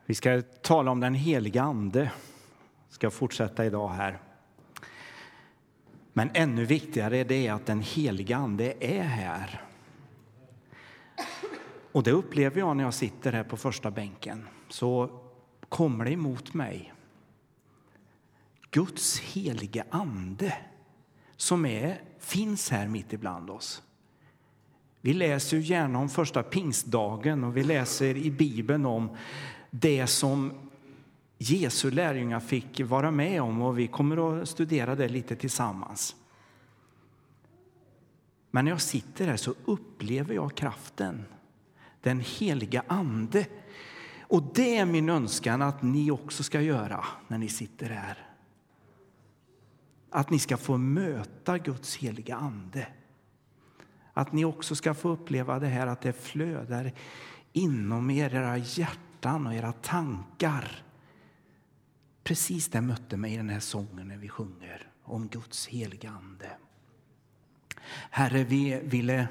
Vi ska tala om den heliga ande. Ska fortsätta idag här. Men ännu viktigare är det att den heliga ande är här. Och det upplever jag när jag sitter här på första bänken. Så kommer det emot mig. Guds heliga ande som finns här mitt ibland oss. Vi läser ju gärna om första pingstdagen och vi läser i Bibeln om det som Jesu lärjungar fick vara med om, och vi kommer att studera det lite tillsammans. Men när jag sitter här så upplever jag kraften, den heliga ande. Och det är min önskan att ni också ska göra när ni sitter här. Att ni ska få möta Guds heliga ande. Att ni också ska få uppleva det här, att det flödar inom era hjärtan och era tankar. Precis det mötte mig i den här sången när vi sjunger om Guds heliga ande. Herre, vi ville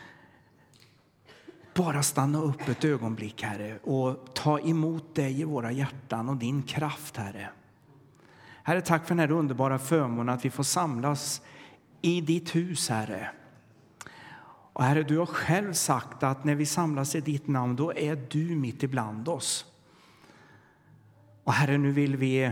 bara stanna upp ett ögonblick, Herre, och ta emot dig i våra hjärtan och din kraft, Herre. Herre, tack för den här underbara förmånen att vi får samlas i ditt hus, Herre. Och Herre, du har själv sagt att när vi samlas i ditt namn, då är du mitt ibland oss. Och Herre, nu vill vi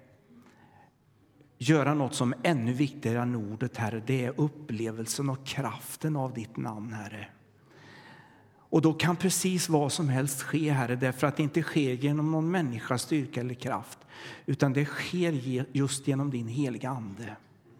göra något som är ännu viktigare än ordet, Herre. Det är upplevelsen och kraften av ditt namn, Herre. Och då kan precis vad som helst ske, Herre, därför att det inte sker genom någon människas styrka eller kraft, utan det sker just genom din heliga ande.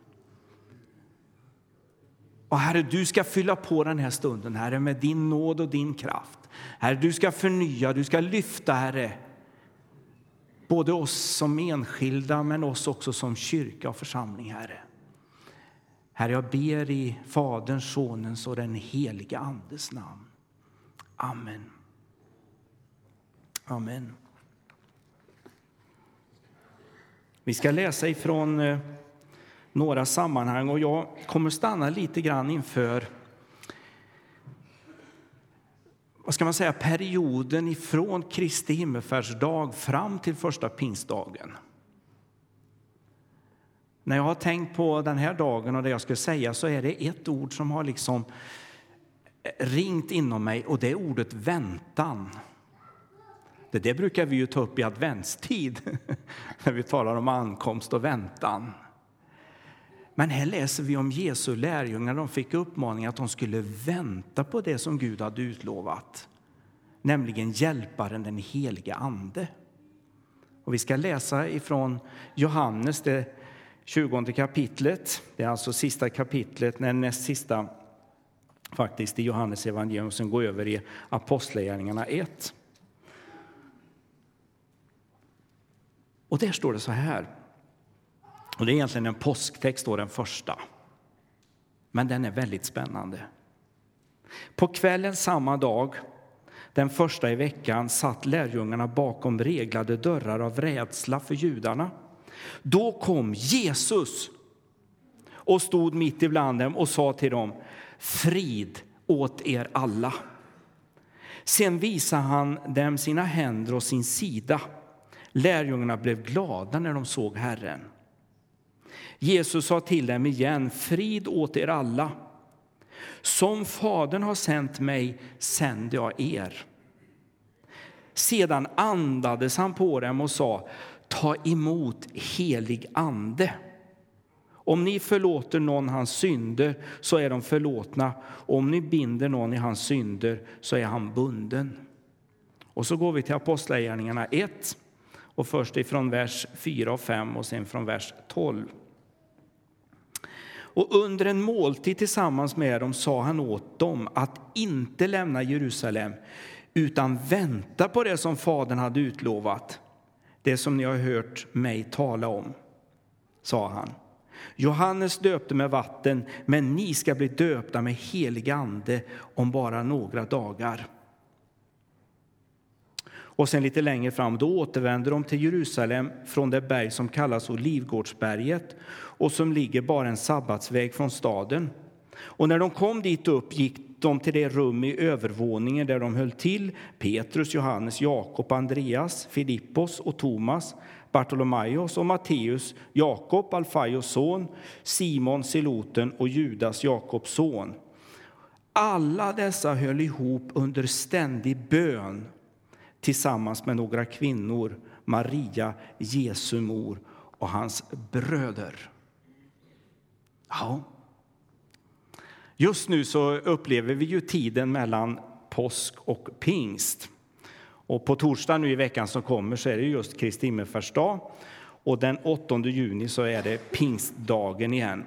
Och Herre, du ska fylla på den här stunden, Herre, med din nåd och din kraft. Herre, du ska förnya, du ska lyfta, Herre, både oss som enskilda men oss också som kyrka och församling, Herre. Herre, jag ber i Faderns, Sonens och den heliga Andes namn. Amen. Amen. Vi ska läsa ifrån några sammanhang, och jag kommer stanna lite grann inför, vad ska man säga, perioden ifrån Kristi himmelsfärdsdag fram till första pingstdagen. När jag har tänkt på den här dagen och det jag skulle säga, så är det ett ord som har liksom ringt inom mig, och det är ordet väntan. Det brukar vi ju ta upp i adventstid när vi talar om ankomst och väntan. Men här läser vi om Jesu lärjungar. De fick uppmaning att de skulle vänta på det som Gud hade utlovat, nämligen hjälparen, den heliga ande. Och vi ska läsa ifrån Johannes, det 20:e kapitlet. Det är alltså sista kapitlet, näst sista faktiskt i Johannes evangelium, som går över i Apostlagärningarna 1. Och där står det så här. Och det är egentligen en påsktext då, den första. Men den är väldigt spännande. På kvällen samma dag, den första i veckan, satt lärjungarna bakom reglade dörrar av rädsla för judarna. Då kom Jesus och stod mitt ibland dem och sa till dem: frid åt er alla. Sen visade han dem sina händer och sin sida. Lärjungarna blev glada när de såg Herren. Jesus sa till dem igen: frid åt er alla. Som Fadern har sänt mig sänder jag er. Sedan andades han på dem och sa: ta emot helig ande. Om ni förlåter någon hans synder, så är de förlåtna. Om ni binder någon i hans synder, så är han bunden. Och så går vi till Apostlagärningarna 1. Och först ifrån vers 4 och 5 och sen från vers 12. Och under en måltid tillsammans med dem sa han åt dem att inte lämna Jerusalem, utan vänta på det som Fadern hade utlovat. Det som ni har hört mig tala om, sa han. Johannes döpte med vatten, men ni ska bli döpta med helig ande om bara några dagar. Och sen lite längre fram, då återvänder de till Jerusalem från det berg som kallas Olivgårdsberget och som ligger bara en sabbatsväg från staden. Och när de kom dit upp gick de till det rum i övervåningen där de höll till: Petrus, Johannes, Jakob, Andreas, Filippos och Thomas, Bartolomaios och Matteus, Jakob, Alfaios son, Simon Zeloten och Judas, Jakobs son. Alla dessa höll ihop under ständig bön tillsammans med några kvinnor, Maria, Jesu mor, och hans bröder. Ja. Just nu så upplever vi ju tiden mellan påsk och pingst. Och på torsdag nu i veckan som kommer så är det just Kristi himmelfärdsdag. Och den 8 juni så är det pingstdagen igen.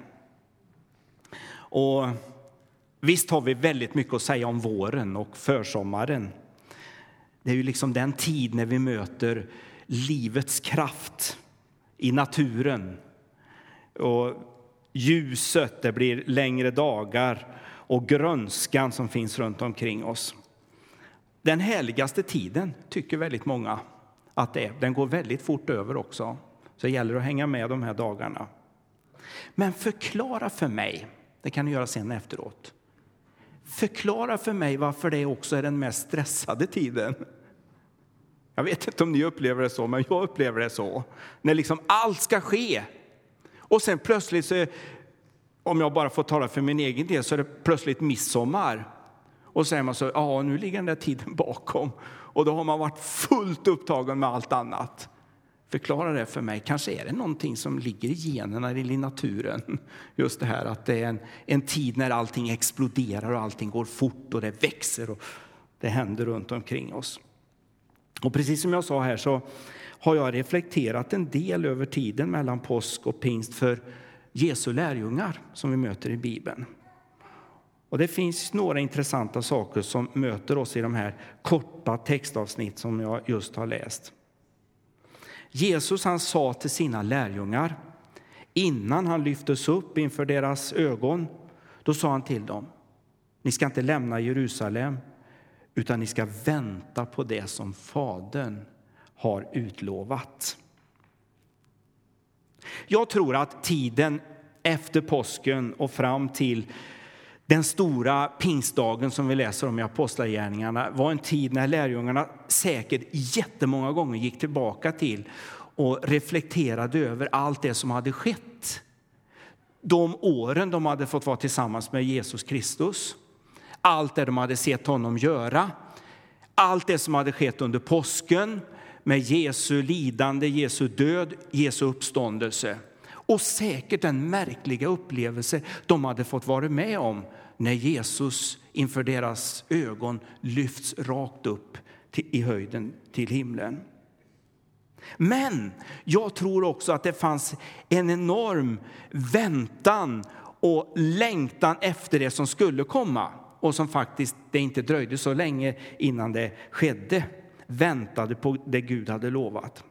Och visst har vi väldigt mycket att säga om våren och försommaren. Det är ju liksom den tid när vi möter livets kraft i naturen. Och ljuset, det blir längre dagar och grönskan som finns runt omkring oss. Den härligaste tiden tycker väldigt många att det är. Den går väldigt fort över också. Så det gäller att hänga med de här dagarna. Men förklara för mig, det kan du göra sen efteråt. Förklara för mig varför det också är den mest stressade tiden. Jag vet inte om ni upplever det så, men jag upplever det så. När liksom allt ska ske. Och sen plötsligt så, om jag bara får tala för min egen del, så är det plötsligt midsommar. Och så säger man så, ja, nu ligger den där tiden bakom. Och då har man varit fullt upptagen med allt annat. Förklara det för mig. Kanske är det någonting som ligger i generna i naturen. Just det här att det är en tid när allting exploderar och allting går fort och det växer och det händer runt omkring oss. Och precis som jag sa här så har jag reflekterat en del över tiden mellan påsk och pingst för Jesu lärjungar som vi möter i Bibeln. Och det finns några intressanta saker som möter oss i de här korta textavsnitt som jag just har läst. Jesus, han sa till sina lärjungar innan han lyftes upp inför deras ögon, då sa han till dem: ni ska inte lämna Jerusalem, utan ni ska vänta på det som Fadern har utlovat. Jag tror att tiden efter påsken och fram till den stora pingstdagen som vi läser om i Apostlagärningarna var en tid när lärjungarna säkert jättemånga gånger gick tillbaka till och reflekterade över allt det som hade skett. De åren de hade fått vara tillsammans med Jesus Kristus. Allt det de hade sett honom göra. Allt det som hade skett under påsken med Jesu lidande, Jesu död, Jesu uppståndelse. Och säkert en märkliga upplevelse de hade fått vara med om när Jesus inför deras ögon lyfts rakt upp i höjden till himlen. Men jag tror också att det fanns en enorm väntan och längtan efter det som skulle komma. Och som faktiskt det inte dröjde så länge innan det skedde. Väntade på det Gud hade lovat.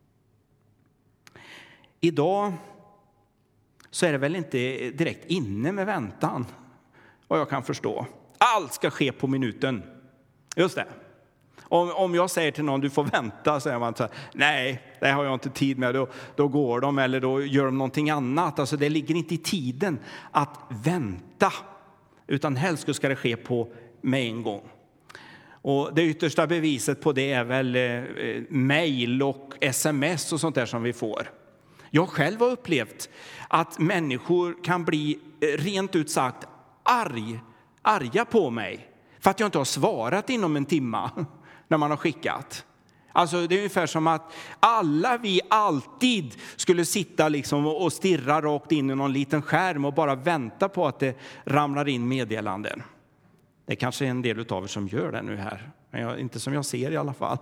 Idag så är det väl inte direkt inne med väntan, vad jag kan förstå. Allt ska ske på minuten. Just det. Om jag säger till någon, du får vänta, säger man så här, nej, det har jag inte tid med. Då går de eller då gör de någonting annat. Alltså det ligger inte i tiden att vänta, utan helst ska det ske med en gång. Och det yttersta beviset på det är väl mejl och sms och sånt där som vi får. Jag själv har upplevt att människor kan bli rent ut sagt arga på mig för att jag inte har svarat inom en timma när man har skickat. Alltså det är ungefär som att alla vi alltid skulle sitta liksom och stirra rakt in i någon liten skärm och bara vänta på att det ramlar in meddelanden. Det kanske är en del av er som gör det nu här, men inte som jag ser i alla fall.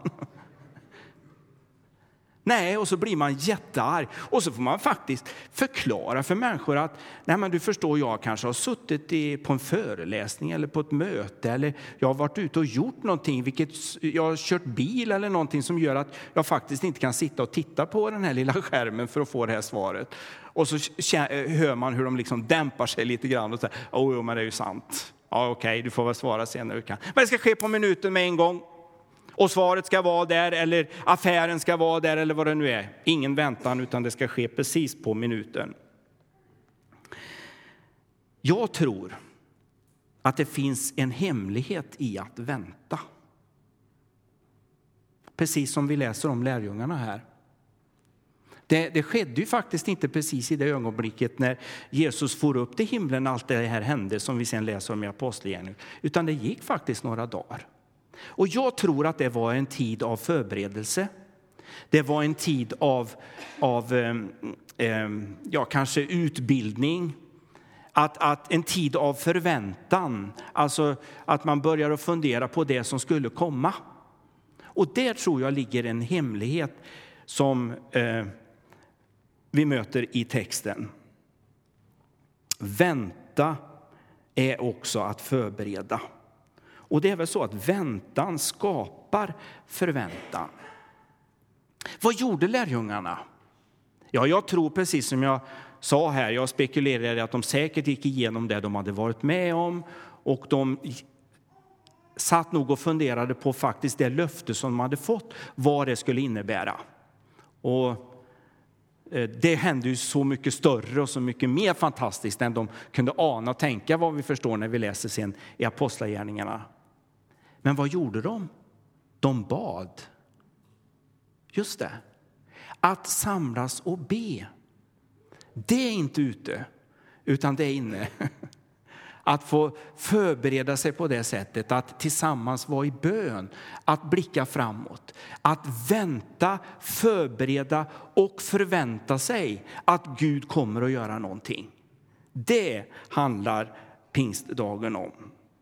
Nej, och så blir man jättearg. Och så får man faktiskt förklara för människor att nej, men du förstår, jag kanske har suttit på en föreläsning eller på ett möte, eller jag har varit ute och gjort någonting, vilket jag har kört bil eller någonting som gör att jag faktiskt inte kan sitta och titta på den här lilla skärmen för att få det här svaret. Och så hör man hur de liksom dämpar sig lite grann och säger, men det är ju sant. Ja, okej, du får väl svara senare. Men det ska ske på minuten med en gång. Och svaret ska vara där, eller affären ska vara där, eller vad det nu är. Ingen väntan, utan det ska ske precis på minuten. Jag tror att det finns en hemlighet i att vänta. Precis som vi läser om lärjungarna här. Det skedde ju faktiskt inte precis i det ögonblicket när Jesus for upp till himlen, allt det här hände som vi sen läser om i Apostlagärningarna. Utan det gick faktiskt några dagar. Och jag tror att det var en tid av förberedelse. Det var en tid av kanske utbildning. Att en tid av förväntan. Alltså att man börjar att fundera på det som skulle komma. Och där tror jag ligger en hemlighet som vi möter i texten. Vänta är också att förbereda. Och det är väl så att väntan skapar förväntan. Vad gjorde lärjungarna? Ja, jag tror precis som jag sa här, jag spekulerade att de säkert gick igenom det de hade varit med om. Och de satt nog och funderade på faktiskt det löfte som de hade fått, vad det skulle innebära. Och det hände ju så mycket större och så mycket mer fantastiskt än de kunde ana och tänka, vad vi förstår när vi läser sen i Apostlagärningarna. Men vad gjorde de? De bad. Just det. Att samlas och be. Det är inte ute, utan det är inne. Att få förbereda sig på det sättet, att tillsammans vara i bön, att blicka framåt, att vänta, förbereda och förvänta sig att Gud kommer att göra någonting. Det handlar pingstdagen om.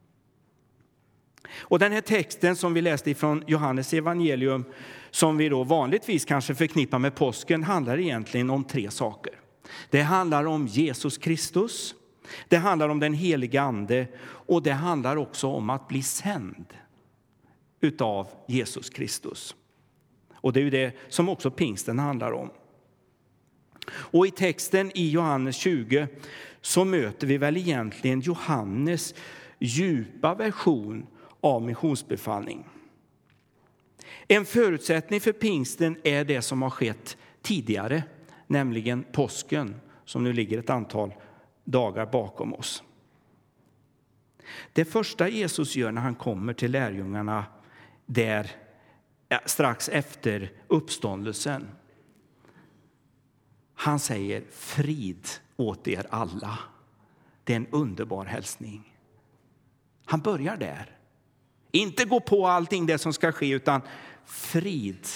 Och den här texten som vi läste från Johannes evangelium, som vi då vanligtvis kanske förknippar med påsken, handlar egentligen om 3 saker. Det handlar om Jesus Kristus. Det handlar om den heliga ande och det handlar också om att bli sänd utav Jesus Kristus. Och det är ju det som också pingsten handlar om. Och i texten i Johannes 20 så möter vi väl egentligen Johannes djupa version av missionsbefallning. En förutsättning för pingsten är det som har skett tidigare, nämligen påsken som nu ligger ett antal dagar bakom oss. Det första Jesus gör när han kommer till lärjungarna där strax efter uppståndelsen. Han säger frid åt er alla. Det är en underbar hälsning. Han börjar där. Inte gå på allting det som ska ske, utan frid.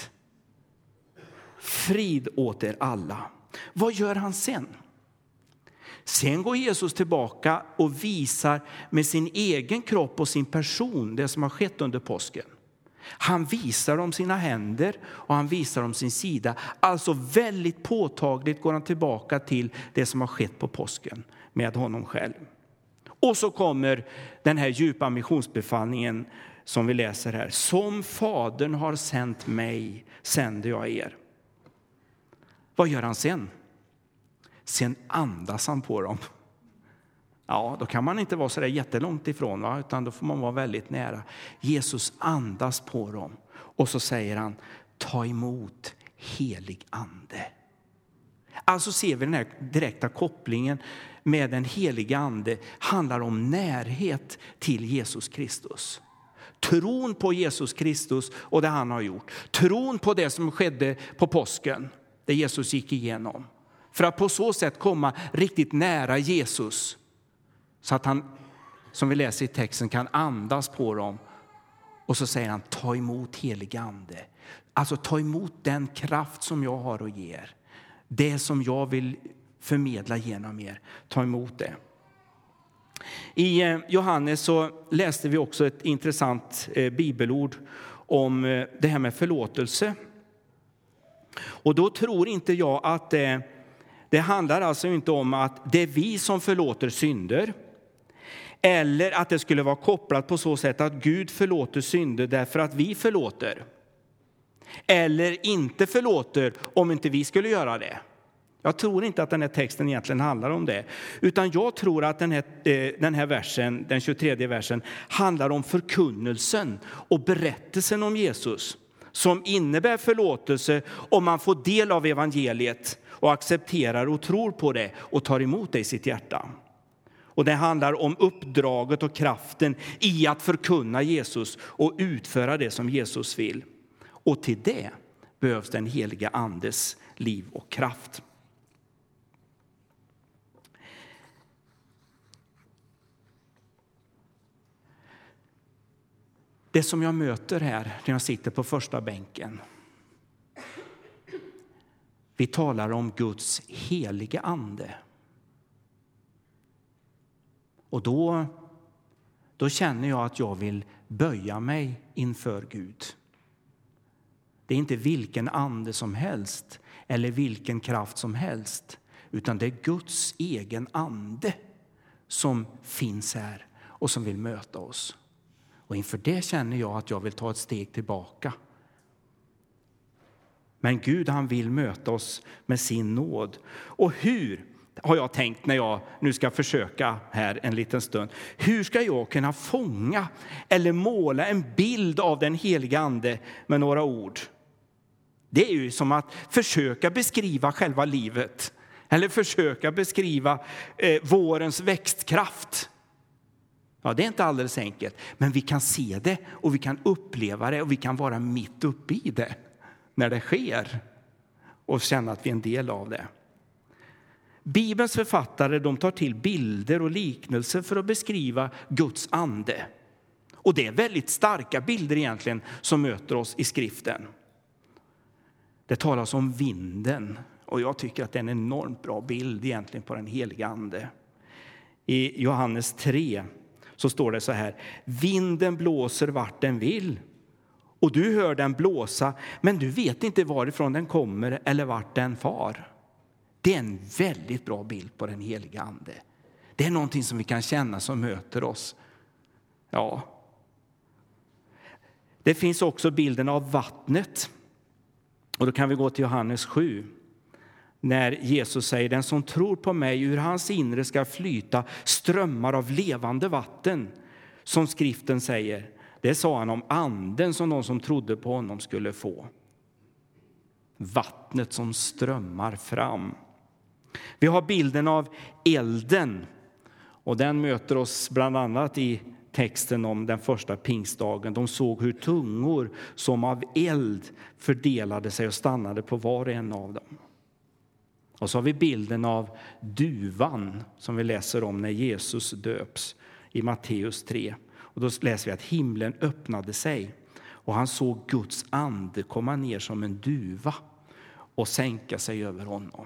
Frid åt er alla. Vad gör han sen? Sen går Jesus tillbaka och visar med sin egen kropp och sin person det som har skett under påsken. Han visar dem sina händer och han visar dem sin sida. Alltså väldigt påtagligt går han tillbaka till det som har skett på påsken med honom själv. Och så kommer den här djupa missionsbefallningen som vi läser här. Som Fadern har sänt mig, sänder jag er. Vad gör han sen? Sen andas han på dem. Ja, då kan man inte vara så där jättelångt ifrån, va? Utan då får man vara väldigt nära. Jesus andas på dem och så säger han, ta emot helig ande. Alltså ser vi den här direkta kopplingen med den heliga ande handlar om närhet till Jesus Kristus. Tron på Jesus Kristus och det han har gjort. Tron på det som skedde på påsken, det Jesus gick igenom. För att på så sätt komma riktigt nära Jesus. Så att han, som vi läser i texten, kan andas på dem. Och så säger han, ta emot helig ande. Alltså ta emot den kraft som jag har att ge er. Det som jag vill förmedla genom er. Ta emot det. I Johannes så läste vi också ett intressant bibelord om det här med förlåtelse. Och då tror inte jag att det handlar alltså inte om att det är vi som förlåter synder. Eller att det skulle vara kopplat på så sätt att Gud förlåter synder därför att vi förlåter. Eller inte förlåter om inte vi skulle göra det. Jag tror inte att den här texten egentligen handlar om det. Utan jag tror att den här versen, den 23 versen, handlar om förkunnelsen och berättelsen om Jesus. Som innebär förlåtelse om man får del av evangeliet och accepterar och tror på det och tar emot det i sitt hjärta. Och det handlar om uppdraget och kraften i att förkunna Jesus och utföra det som Jesus vill. Och till det behövs den heliga andes liv och kraft. Det som jag möter här när jag sitter på första bänken. Vi talar om Guds heliga ande. Och då känner jag att jag vill böja mig inför Gud. Det är inte vilken ande som helst eller vilken kraft som helst, utan det är Guds egen ande som finns här och som vill möta oss. Och inför det känner jag att jag vill ta ett steg tillbaka. Men Gud, han vill möta oss med sin nåd. Och hur, har jag tänkt när jag nu ska försöka här en liten stund. Hur ska jag kunna fånga eller måla en bild av den heliga ande med några ord? Det är ju som att försöka beskriva själva livet. Eller försöka beskriva vårens växtkraft. Ja, det är inte alldeles enkelt. Men vi kan se det och vi kan uppleva det och vi kan vara mitt uppe i det när det sker. Och känna att vi är en del av det. Bibelns författare, de tar till bilder och liknelser för att beskriva Guds ande. Och det är väldigt starka bilder egentligen som möter oss i skriften. Det talas om vinden. Och jag tycker att det är en enormt bra bild egentligen på den heliga ande. I Johannes 3 så står det så här. Vinden blåser vart den vill. Och du hör den blåsa, men du vet inte varifrån den kommer eller vart den far. Det är en väldigt bra bild på den heliga ande. Det är någonting som vi kan känna som möter oss. Ja. Det finns också bilden av vattnet. Och då kan vi gå till Johannes 7. När Jesus säger, den som tror på mig, ur hans inre ska flyta strömmar av levande vatten. Som skriften säger. Det sa han om anden som de som trodde på honom skulle få. Vattnet som strömmar fram. Vi har bilden av elden. Och den möter oss bland annat i texten om den första pingstdagen. De såg hur tungor som av eld fördelade sig och stannade på var och en av dem. Och så har vi bilden av duvan som vi läser om när Jesus döps i Matteus 3. Och då läser vi att himlen öppnade sig och han såg Guds ande komma ner som en duva och sänka sig över honom.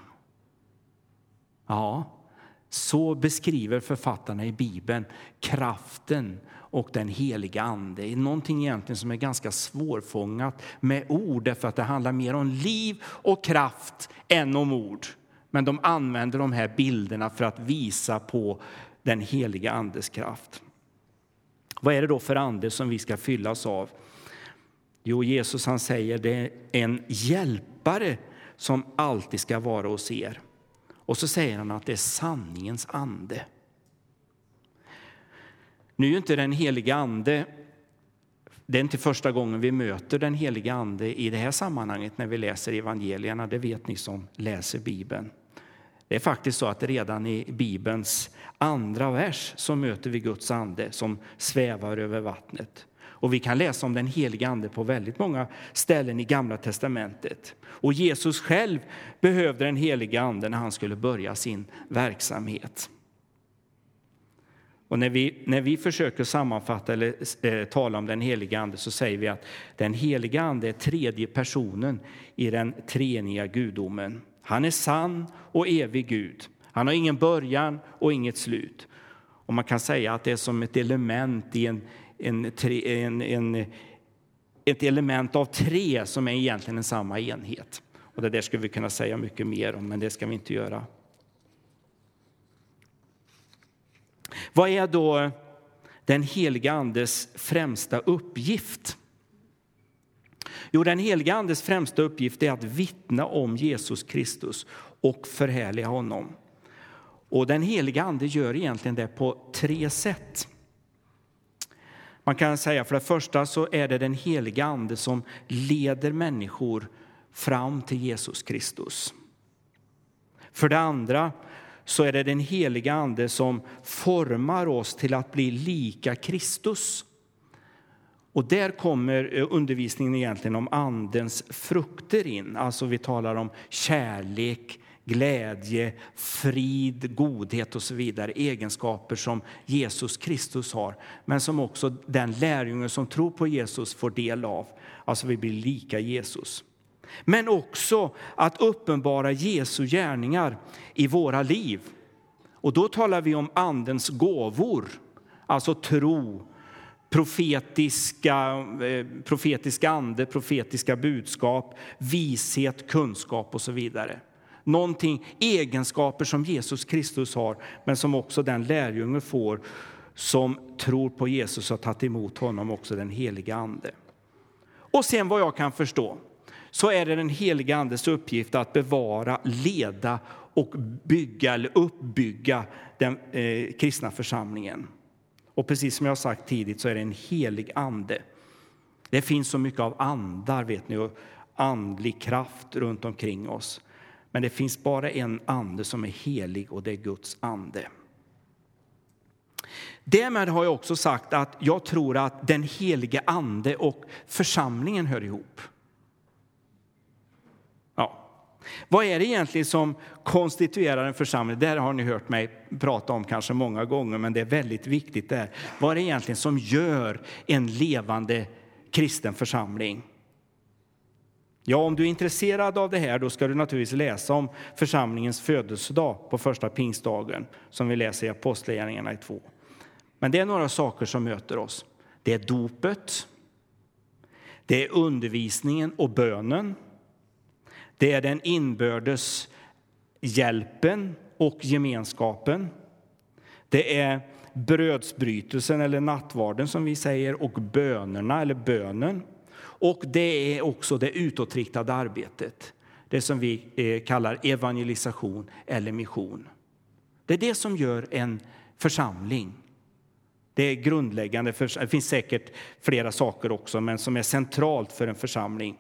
Ja, så beskriver författarna i Bibeln kraften och den heliga ande. Det är någonting egentligen som är ganska svårfångat med ord, därför att det handlar mer om liv och kraft än om ord. Men de använder de här bilderna för att visa på den heliga andes kraft. Vad är det då för ande som vi ska fyllas av? Jo, Jesus han säger det är en hjälpare som alltid ska vara hos er. Och så säger han att det är sanningens ande. Nu är ju inte den heliga ande, det är inte första gången vi möter den heliga ande i det här sammanhanget när vi läser evangelierna. Det vet ni som läser Bibeln. Det är faktiskt så att redan i Bibelns andra vers så möter vi Guds ande som svävar över vattnet. Och vi kan läsa om den heliga ande på väldigt många ställen i Gamla testamentet. Och Jesus själv behövde den heliga ande när han skulle börja sin verksamhet. Och när vi försöker sammanfatta eller tala om den heliga ande så säger vi att den heliga ande är tredje personen i den treeniga gudomen. Han är sann och evig Gud. Han har ingen början och inget slut. Och man kan säga att det är som ett element i ett element av tre som är egentligen en samma enhet. Och det där skulle vi kunna säga mycket mer om, men det ska vi inte göra. Vad är då den heliga andes främsta uppgift? Jo, den heliga andes främsta uppgift är att vittna om Jesus Kristus och förhärliga honom. Och den heliga ande gör egentligen det på tre sätt. Man kan säga för det första så är det den heliga ande som leder människor fram till Jesus Kristus. För det andra så är det den heliga ande som formar oss till att bli lika Kristus. Och där kommer undervisningen egentligen om andens frukter in. Alltså vi talar om kärlek, glädje, frid, godhet och så vidare. Egenskaper som Jesus Kristus har. Men som också den lärjungen som tror på Jesus får del av. Alltså vi blir lika Jesus. Men också att uppenbara Jesu gärningar i våra liv. Och då talar vi om andens gåvor. Alltså tro, profetiska ande, profetiska budskap, vishet, kunskap och så vidare. Någonting, egenskaper som Jesus Kristus har, men som också den lärjunge får som tror på Jesus och har tagit emot honom, också den heliga ande. Och sen vad jag kan förstå så är det den heliga andes uppgift att bevara, leda och bygga eller uppbygga den kristna församlingen. Och precis som jag har sagt tidigt så är det en helig ande. Det finns så mycket av andar, vet ni, och andlig kraft runt omkring oss. Men det finns bara en ande som är helig, och det är Guds ande. Därmed har jag också sagt att jag tror att den helige ande och församlingen hör ihop. Ja. Vad är det egentligen som konstituerar en församling? Det här har ni hört mig prata om kanske många gånger, men det är väldigt viktigt där. Vad är det egentligen som gör en levande kristen församling? Ja, om du är intresserad av det här, då ska du naturligtvis läsa om församlingens födelsedag på första pingstdagen, som vi läser i Apostlagärningarna 2. Men det är några saker som möter oss. Det är dopet, det är undervisningen och bönen, det är den inbördes hjälpen och gemenskapen, det är brödsbrytelsen eller nattvarden som vi säger, och bönerna eller bönen. Och det är också det utåtriktade arbetet, det som vi kallar evangelisation eller mission. Det är det som gör en församling. Det är grundläggande, det finns säkert flera saker också, men som är centralt för en församling.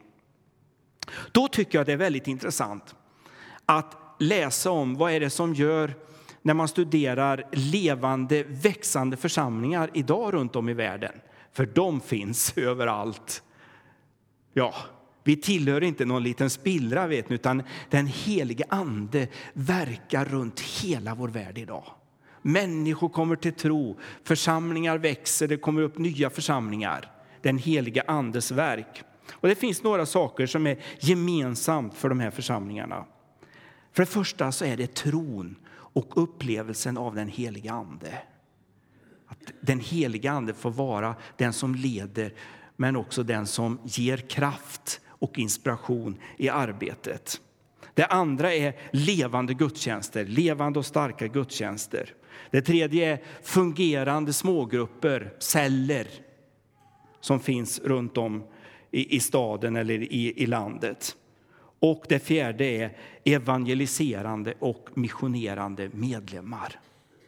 Då tycker jag det är väldigt intressant att läsa om vad är det som gör, när man studerar levande, växande församlingar idag runt om i världen. För de finns överallt. Ja, vi tillhör inte någon liten spillra, vet ni, utan den helige ande verkar runt hela vår värld idag. Människor kommer till tro, församlingar växer, det kommer upp nya församlingar. Den helige andes verk. Och det finns några saker som är gemensamt för de här församlingarna. För det första så är det tron och upplevelsen av den helige ande. Att den helige ande får vara den som leder, men också den som ger kraft och inspiration i arbetet. Det andra är levande gudstjänster, levande och starka gudstjänster. Det tredje är fungerande smågrupper, celler som finns runt om i staden eller i landet. Och det fjärde är evangeliserande och missionerande medlemmar.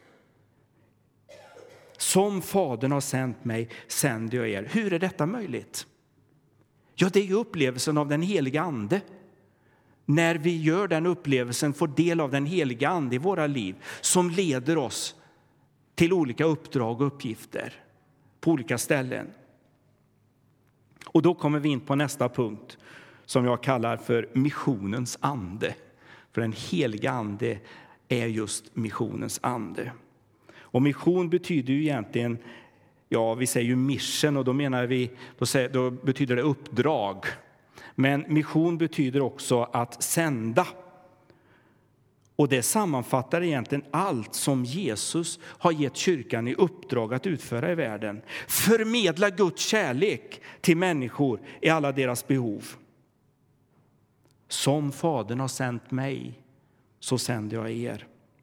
Som Fadern har sänt mig sänder jag er. Hur är detta möjligt? Ja, det är ju upplevelsen av den heliga ande. När vi gör den upplevelsen, får del av den heliga ande i våra liv, som leder oss till olika uppdrag och uppgifter på olika ställen. Och då kommer vi in på nästa punkt som jag kallar för missionens ande. För den heliga ande är just missionens ande. Och mission betyder ju egentligen, ja, vi säger ju mission, och då menar vi, då betyder det uppdrag. Men mission betyder också att sända. Och det sammanfattar egentligen allt som Jesus har gett kyrkan i uppdrag att utföra i världen. Förmedla Guds kärlek till människor i alla deras behov. Som Fadern har sänt mig, så sänder jag er.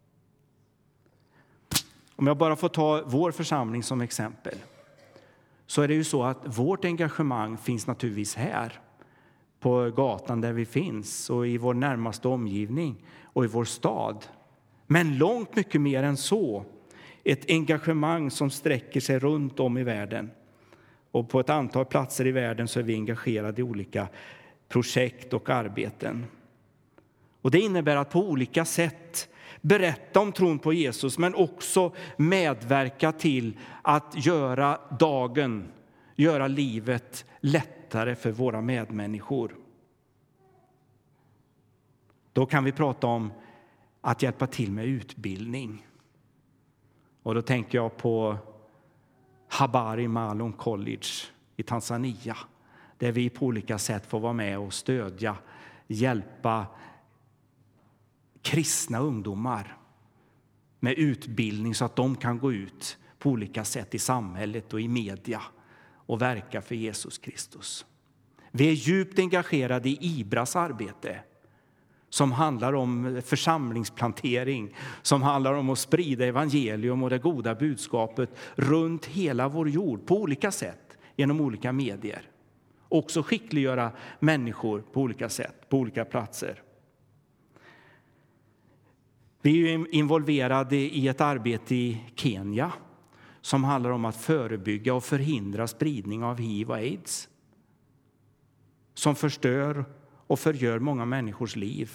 Om jag bara får ta vår församling som exempel, så är det ju så att vårt engagemang finns naturligtvis här på gatan där vi finns, och i vår närmaste omgivning och i vår stad. Men långt mycket mer än så. Ett engagemang som sträcker sig runt om i världen. Och på ett antal platser i världen så är vi engagerade i olika projekt och arbeten. Och det innebär att på olika sätt berätta om tron på Jesus, men också medverka till att göra livet lättare för våra medmänniskor. Då kan vi prata om att hjälpa till med utbildning. Och då tänker jag på Habari Malum College i Tanzania, där vi på olika sätt får vara med och stödja, hjälpa kristna ungdomar med utbildning så att de kan gå ut på olika sätt i samhället och i media och verka för Jesus Kristus. Vi är djupt engagerade i IBRAs arbete som handlar om församlingsplantering, som handlar om att sprida evangelium och det goda budskapet runt hela vår jord på olika sätt, genom olika medier. Också skickliggöra människor på olika sätt, på olika platser. Vi är involverade i ett arbete i Kenya som handlar om att förebygga och förhindra spridning av HIV och AIDS, som förstör och förgör många människors liv.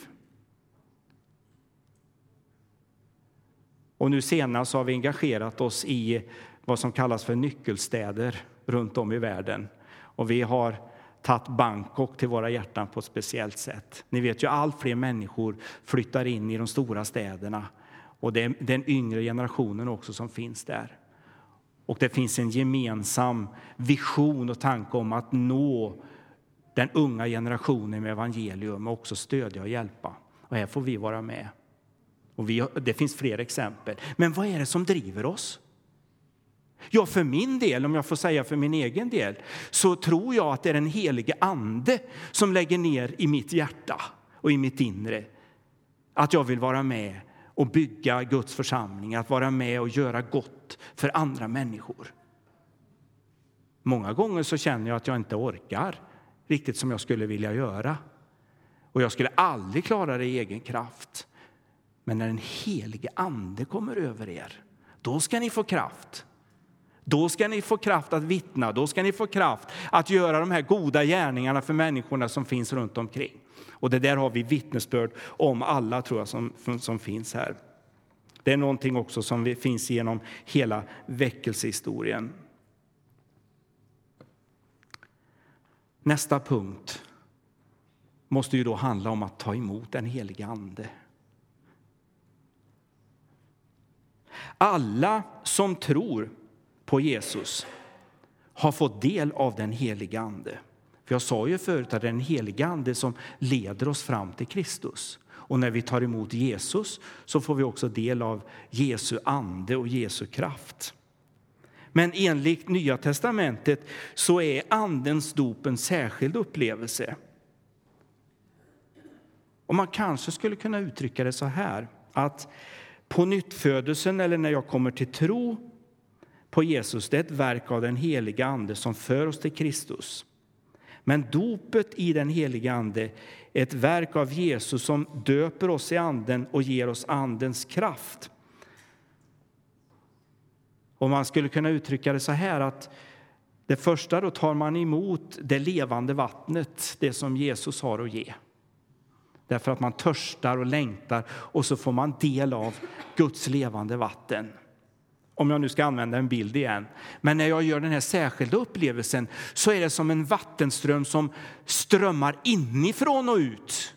Och nu senast har vi engagerat oss i vad som kallas för nyckelstäder runt om i världen. Och vi har tagit Bangkok till våra hjärtan på ett speciellt sätt. Ni vet ju, allt fler människor flyttar in i de stora städerna. Och det är den yngre generationen också som finns där. Och det finns en gemensam vision och tanke om att nå den unga generationen med evangelium och också stödja och hjälpa. Och här får vi vara med. Och det finns fler exempel. Men vad är det som driver oss? Ja, för min del, om jag får säga för min egen del, så tror jag att det är den helige ande som lägger ner i mitt hjärta och i mitt inre. Att jag vill vara med och bygga Guds församling, att vara med och göra gott för andra människor. Många gånger så känner jag att jag inte orkar riktigt som jag skulle vilja göra. Och jag skulle aldrig klara det i egen kraft. Men när den helige ande kommer över er, då ska ni få kraft. Då ska ni få kraft att vittna. Då ska ni få kraft att göra de här goda gärningarna för människorna som finns runt omkring. Och det där har vi vittnesbörd om alla, tror jag, som finns här. Det är någonting också som finns genom hela väckelsehistorien. Nästa punkt måste ju då handla om att ta emot den helige ande. Alla som tror på Jesus har fått del av den helige ande. För jag sa ju förut att det är den helige ande som leder oss fram till Kristus. Och när vi tar emot Jesus så får vi också del av Jesu ande och Jesu kraft. Men enligt Nya testamentet så är andens dop en särskild upplevelse. Och man kanske skulle kunna uttrycka det så här, att på nyttfödelsen eller när jag kommer till tro på Jesus, det är ett verk av den heliga ande som för oss till Kristus. Men dopet i den heliga ande är ett verk av Jesus som döper oss i anden och ger oss andens kraft. Och man skulle kunna uttrycka det så här, att det första då tar man emot det levande vattnet, det som Jesus har att ge. Därför att man törstar och längtar, och så får man del av Guds levande vatten. Om jag nu ska använda en bild igen. Men när jag gör den här särskilda upplevelsen så är det som en vattenström som strömmar inifrån och ut.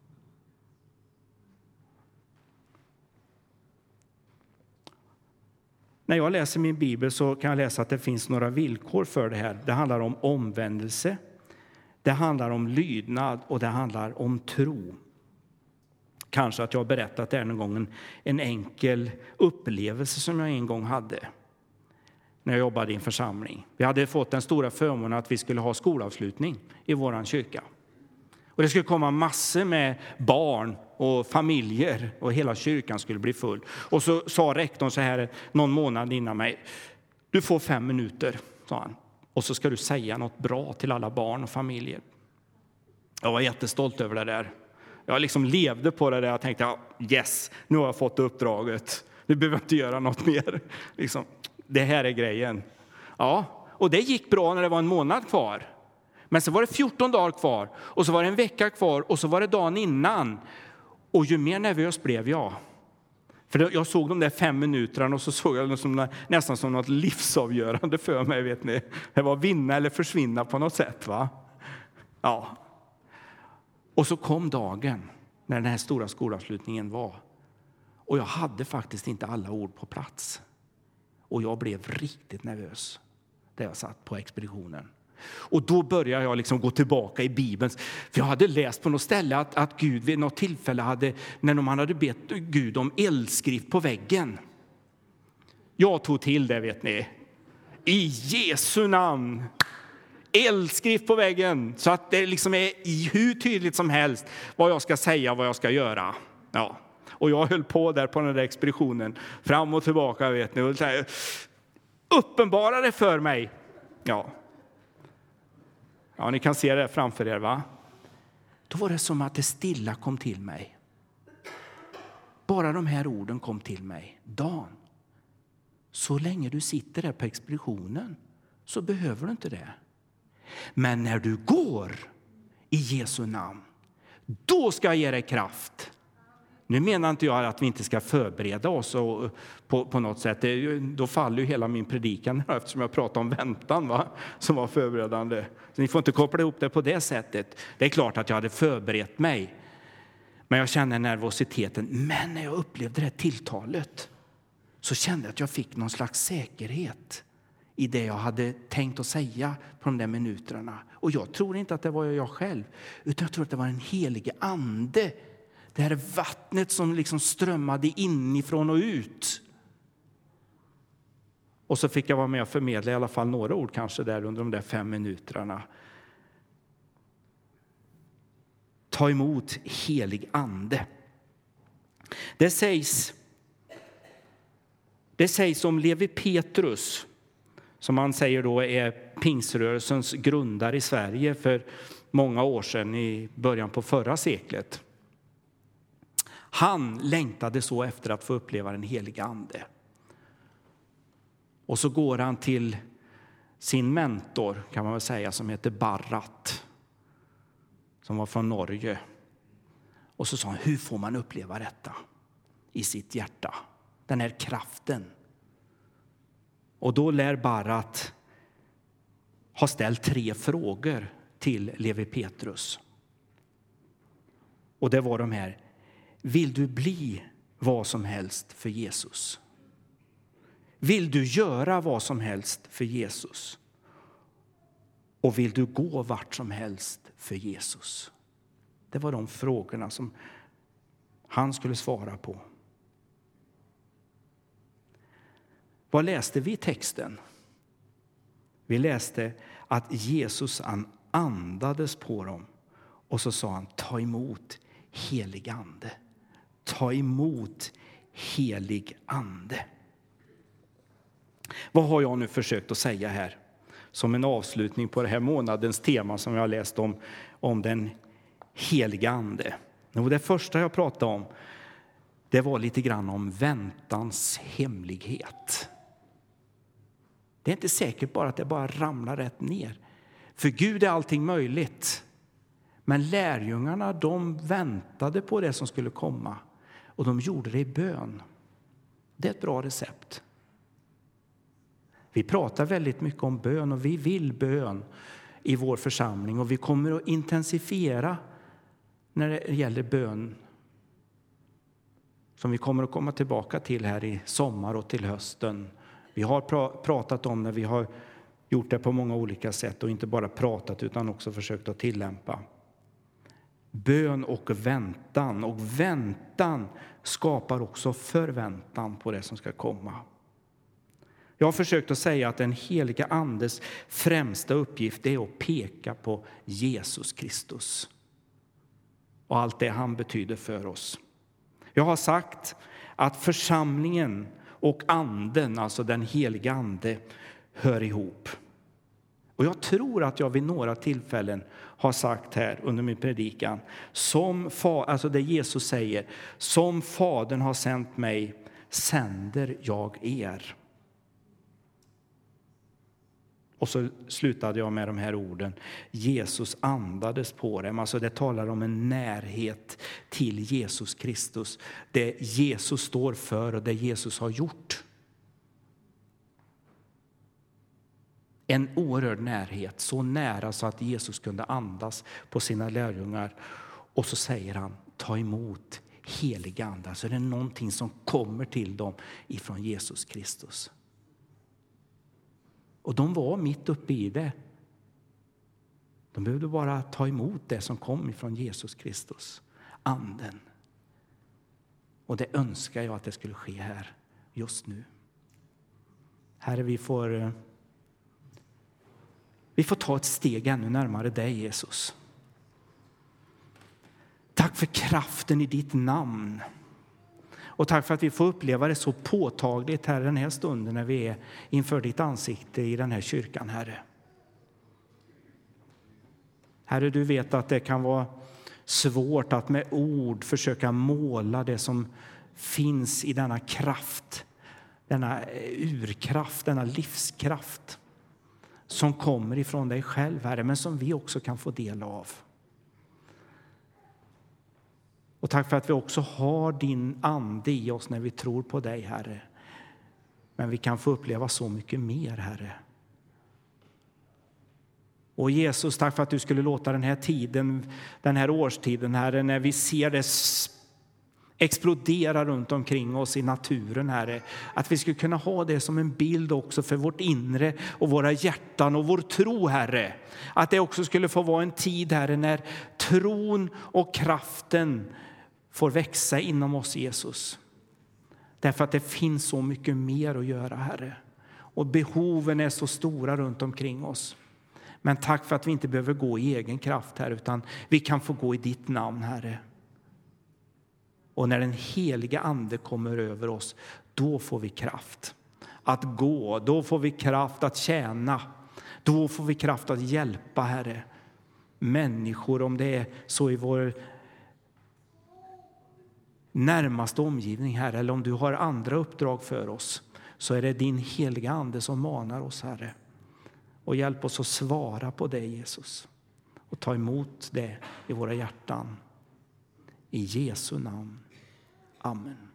När jag läser min bibel så kan jag läsa att det finns några villkor för det här. Det handlar om omvändelse, det handlar om lydnad och det handlar om tro. Kanske att jag har berättat det någon gång, en enkel upplevelse som jag en gång hade när jag jobbade i en församling. Vi hade fått den stora förmånen att vi skulle ha skolavslutning i våran kyrka. Och det skulle komma massor med barn och familjer och hela kyrkan skulle bli full. Och så sa rektorn så här någon månad innan mig: du får 5 minuter, sa han. Och så ska du säga något bra till alla barn och familjer. Jag var jättestolt över det där. Jag liksom levde på det där. Jag tänkte, yes, nu har jag fått uppdraget. Nu behöver jag inte göra något mer. Liksom, det här är grejen. Ja, och det gick bra när det var en månad kvar. Men så var det 14 dagar kvar. Och så var det en vecka kvar. Och så var det dagen innan. Och ju mer nervös blev jag. För jag såg de där 5 minuterna och så såg jag det nästan som något livsavgörande för mig, vet ni. Det var vinna eller försvinna på något sätt, va? Ja. Och så kom dagen när den här stora skolavslutningen var. Och jag hade faktiskt inte alla ord på plats. Och jag blev riktigt nervös där jag satt på expeditionen. Och då började jag liksom gå tillbaka i Bibeln. För jag hade läst på något ställe att Gud vid något tillfälle hade, när man hade bett Gud om eldskrift på väggen. Jag tog till det, vet ni. I Jesu namn. Eldskrift på väggen. Så att det liksom är hur tydligt som helst vad jag ska säga, vad jag ska göra. Ja. Och jag höll på där på den där expeditionen. Fram och tillbaka, vet ni. Och så här, uppenbara det för mig. Ja, ni kan se det framför er, va? Då var det som att det stilla kom till mig. Bara de här orden kom till mig. Dan, så länge du sitter där på expeditionen så behöver du inte det. Men när du går i Jesu namn, då ska jag ge dig kraft. Nu menar inte jag att vi inte ska förbereda oss på något sätt. Då faller ju hela min predikan eftersom jag pratar om väntan, va? Som var förberedande. Så ni får inte koppla ihop det på det sättet. Det är klart att jag hade förberett mig. Men jag kände nervositeten. Men när jag upplevde det tilltalet så kände jag att jag fick någon slags säkerhet i det jag hade tänkt att säga på de där minuterna. Och jag tror inte att det var jag själv, utan jag tror att det var en helige ande. Det här vattnet som liksom strömmade inifrån och ut. Och så fick jag vara med och förmedla i alla fall några ord kanske där under de där 5 minuterna. Ta emot helig ande. Det sägs om Levi Petrus, som man säger då är pingsrörelsens grundare i Sverige för många år sedan i början på förra seklet. Han längtade så efter att få uppleva den heliga ande. Och så går han till sin mentor, kan man väl säga, som heter Barrat, som var från Norge. Och så sa han, hur får man uppleva detta i sitt hjärta? Den här kraften. Och då lär Barrat ha ställt 3 frågor till Levi Petrus. Och det var de här. Vill du bli vad som helst för Jesus? Vill du göra vad som helst för Jesus? Och vill du gå vart som helst för Jesus? Det var de frågorna som han skulle svara på. Vad läste vi i texten? Vi läste att Jesus andades på dem. Och så sa han, ta emot helig ande. Ta emot helig ande. Vad har jag nu försökt att säga här? Som en avslutning på det här månadens tema som jag har läst om den heliga ande. Och det första jag pratade om, det var lite grann om väntans hemlighet. Det är inte säkert bara att det bara ramlar rätt ner. För Gud är allting möjligt. Men lärjungarna, de väntade på det som skulle komma. Och de gjorde det i bön. Det är ett bra recept. Vi pratar väldigt mycket om bön och vi vill bön i vår församling. Och vi kommer att intensifiera när det gäller bön. Som vi kommer att komma tillbaka till här i sommar och till hösten. Vi har pratat om det, vi har gjort det på många olika sätt. Och inte bara pratat utan också försökt att tillämpa. Bön och väntan. Och väntan skapar också förväntan på det som ska komma. Jag har försökt att säga att den heliga andes främsta uppgift är att peka på Jesus Kristus. Och allt det han betyder för oss. Jag har sagt att församlingen och anden, alltså den heliga ande, hör ihop. Och jag tror att jag vid några tillfällen har sagt här under min predikan, alltså det Jesus säger, som Fadern har sänt mig, sänder jag er. Och så slutade jag med de här orden. Jesus andades på dem. Alltså det talar om en närhet till Jesus Kristus. Det Jesus står för och det Jesus har gjort. En oerhörd närhet. Så nära så att Jesus kunde andas på sina lärjungar. Och så säger han, ta emot heliga ande. Så det är någonting som kommer till dem ifrån Jesus Kristus. Och de var mitt uppe i det. De behövde bara ta emot det som kom ifrån Jesus Kristus. Anden. Och det önskar jag att det skulle ske här just nu. Herre, vi får ta ett steg ännu närmare dig, Jesus. Tack för kraften i ditt namn. Och tack för att vi får uppleva det så påtagligt här den här stunden när vi är inför ditt ansikte i den här kyrkan, Herre. Herre, du vet att det kan vara svårt att med ord försöka måla det som finns i denna kraft, denna urkraft, denna livskraft som kommer ifrån dig själv, Herre, men som vi också kan få del av. Och tack för att vi också har din ande i oss när vi tror på dig, Herre. Men vi kan få uppleva så mycket mer, Herre. Och Jesus, tack för att du skulle låta den här tiden, den här årstiden, Herre, när vi ser det explodera runt omkring oss i naturen, Herre. Att vi skulle kunna ha det som en bild också för vårt inre och våra hjärtan och vår tro, Herre. Att det också skulle få vara en tid, Herre, när tron och kraften får växa inom oss, Jesus. Därför att det finns så mycket mer att göra, Herre. Och behoven är så stora runt omkring oss. Men tack för att vi inte behöver gå i egen kraft, Herre, utan vi kan få gå i ditt namn, Herre. Och när den heliga ande kommer över oss, då får vi kraft att gå. Då får vi kraft att tjäna. Då får vi kraft att hjälpa, Herre, människor, om det är så i vår närmaste omgivning, Herre, eller om du har andra uppdrag för oss, så är det din heliga ande som manar oss, Herre. Och hjälp oss att svara på det, Jesus, och ta emot det i våra hjärtan. I Jesu namn. Amen.